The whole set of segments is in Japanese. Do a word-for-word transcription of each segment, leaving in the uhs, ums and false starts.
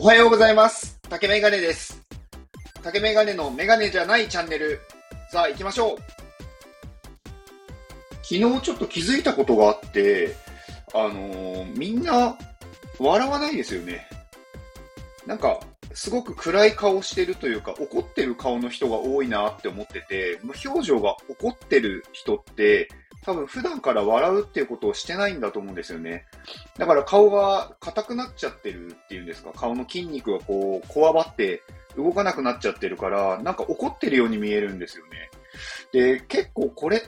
おはようございます。竹メガネです。竹メガネのメガネじゃないチャンネル。さあ行きましょう。昨日ちょっと気づいたことがあって、あのー、みんな笑わないですよね。なんか、すごく暗い顔してるというか、怒ってる顔の人が多いなって思ってて、無表情が怒ってる人って、多分普段から笑うっていうことをしてないんだと思うんですよね。だから顔が硬くなっちゃってるっていうんですか、顔の筋肉がこう、こわばって動かなくなっちゃってるから、なんか怒ってるように見えるんですよね。で、結構これって、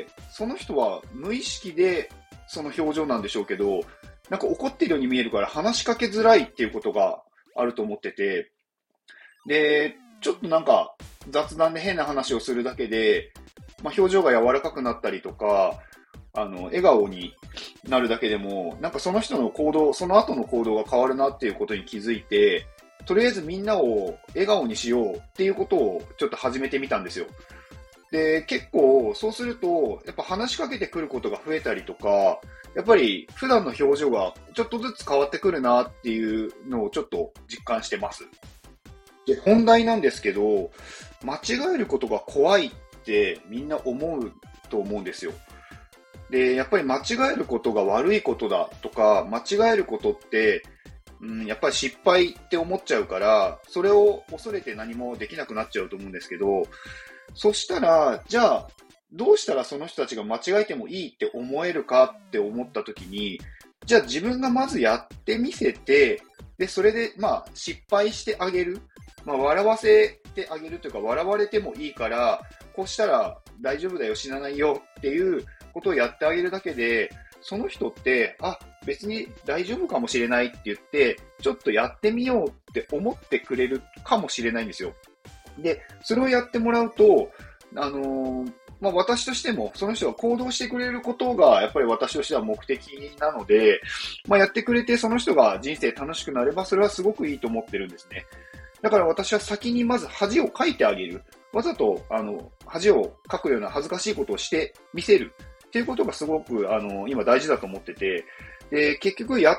その人は無意識でその表情なんでしょうけど、なんか怒ってるように見えるから話しかけづらいっていうことがあると思ってて、で、ちょっとなんか雑談で変な話をするだけで、まあ、表情が柔らかくなったりとか、あの、笑顔になるだけでも、なんかその人の行動、その後の行動が変わるなっていうことに気づいて、とりあえずみんなを笑顔にしようっていうことをちょっと始めてみたんですよ。で、結構そうすると、やっぱ話しかけてくることが増えたりとか、やっぱり普段の表情がちょっとずつ変わってくるなっていうのをちょっと実感してます。で、本題なんですけど、間違えることが怖いってみんな思うと思うんですよ。で、やっぱり間違えることが悪いことだとか、間違えることって、うん、やっぱり失敗って思っちゃうから、それを恐れて何もできなくなっちゃうと思うんですけど、そしたら、じゃあ、どうしたらその人たちが間違えてもいいって思えるかって思った時に、じゃあ自分がまずやってみせて、で、それで、まあ、失敗してあげる。まあ、笑わせてあげるというか、笑われてもいいから、こうしたら大丈夫だよ、死なないよっていうことをやってあげるだけで、その人って、あ、別に大丈夫かもしれないって言って、ちょっとやってみようって思ってくれるかもしれないんですよ。で、それをやってもらうと、あのーまあ、私としても、その人が行動してくれることが、やっぱり私としては目的なので、まあ、やってくれて、その人が人生楽しくなれば、それはすごくいいと思ってるんですね。だから私は先にまず恥をかいてあげる。わざと、あの、恥をかくような恥ずかしいことをしてみせる。っていうことがすごく、あの、今大事だと思ってて、で、結局やって、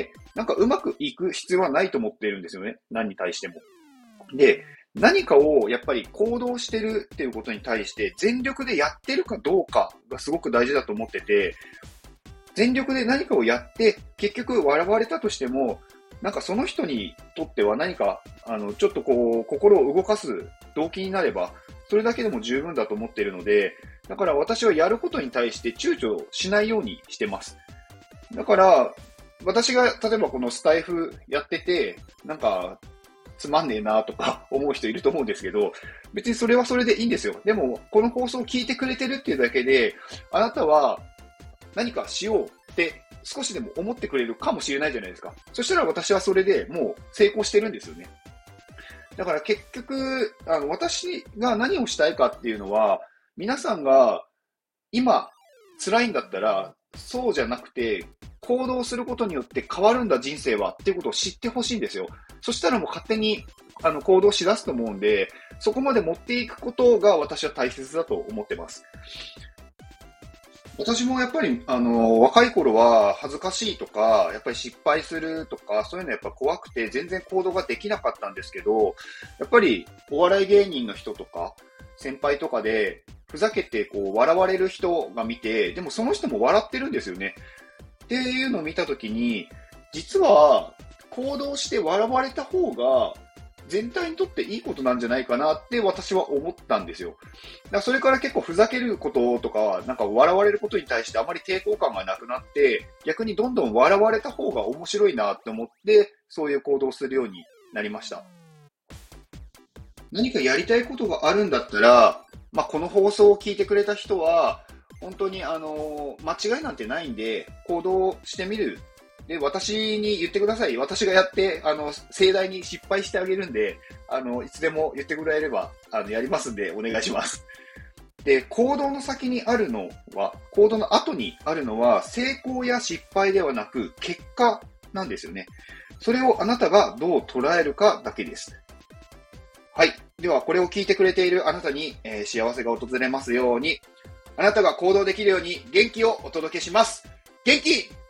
なんかうまくいく必要はないと思っているんですよね。何に対しても。で、何かをやっぱり行動してるっていうことに対して全力でやってるかどうかがすごく大事だと思ってて、全力で何かをやって結局笑われたとしても、なんかその人にとっては何か、あの、ちょっとこう、心を動かす動機になれば、それだけでも十分だと思っているので、だから私はやることに対して躊躇しないようにしてます。だから、私が例えばこのスタイフやってて、なんか、つまんねえなとか思う人いると思うんですけど、別にそれはそれでいいんですよ。でも、この放送を聞いてくれてるっていうだけで、あなたは何かしようって少しでも思ってくれるかもしれないじゃないですか。そしたら私はそれでもう成功してるんですよね。だから結局、あの、私が何をしたいかっていうのは、皆さんが今辛いんだったら、そうじゃなくて、行動することによって変わるんだ人生はっていうことを知ってほしいんですよ。そしたらもう勝手にあの行動しだすと思うんで、そこまで持っていくことが私は大切だと思ってます。私もやっぱり、あの、若い頃は恥ずかしいとか、やっぱり失敗するとか、そういうのやっぱ怖くて全然行動ができなかったんですけど、やっぱりお笑い芸人の人とか、先輩とかで、ふざけてこう笑われる人が見て、でもその人も笑ってるんですよね。っていうのを見たときに、実は行動して笑われた方が全体にとっていいことなんじゃないかなって私は思ったんですよ。だからそれから結構ふざけることとか、なんか笑われることに対してあまり抵抗感がなくなって、逆にどんどん笑われた方が面白いなって思って、そういう行動をするようになりました。何かやりたいことがあるんだったら、まあ、この放送を聞いてくれた人は、本当にあの間違いなんてないんで、行動してみる。で、私に言ってください。私がやって、あの、盛大に失敗してあげるんで、あの、いつでも言ってくれれば、あの、やりますんで、お願いします。で、行動の先にあるのは、行動の後にあるのは、成功や失敗ではなく、結果なんですよね。それをあなたがどう捉えるかだけです。はい。では、これを聞いてくれているあなたに、えー幸せが訪れますように、あなたが行動できるように元気をお届けします。元気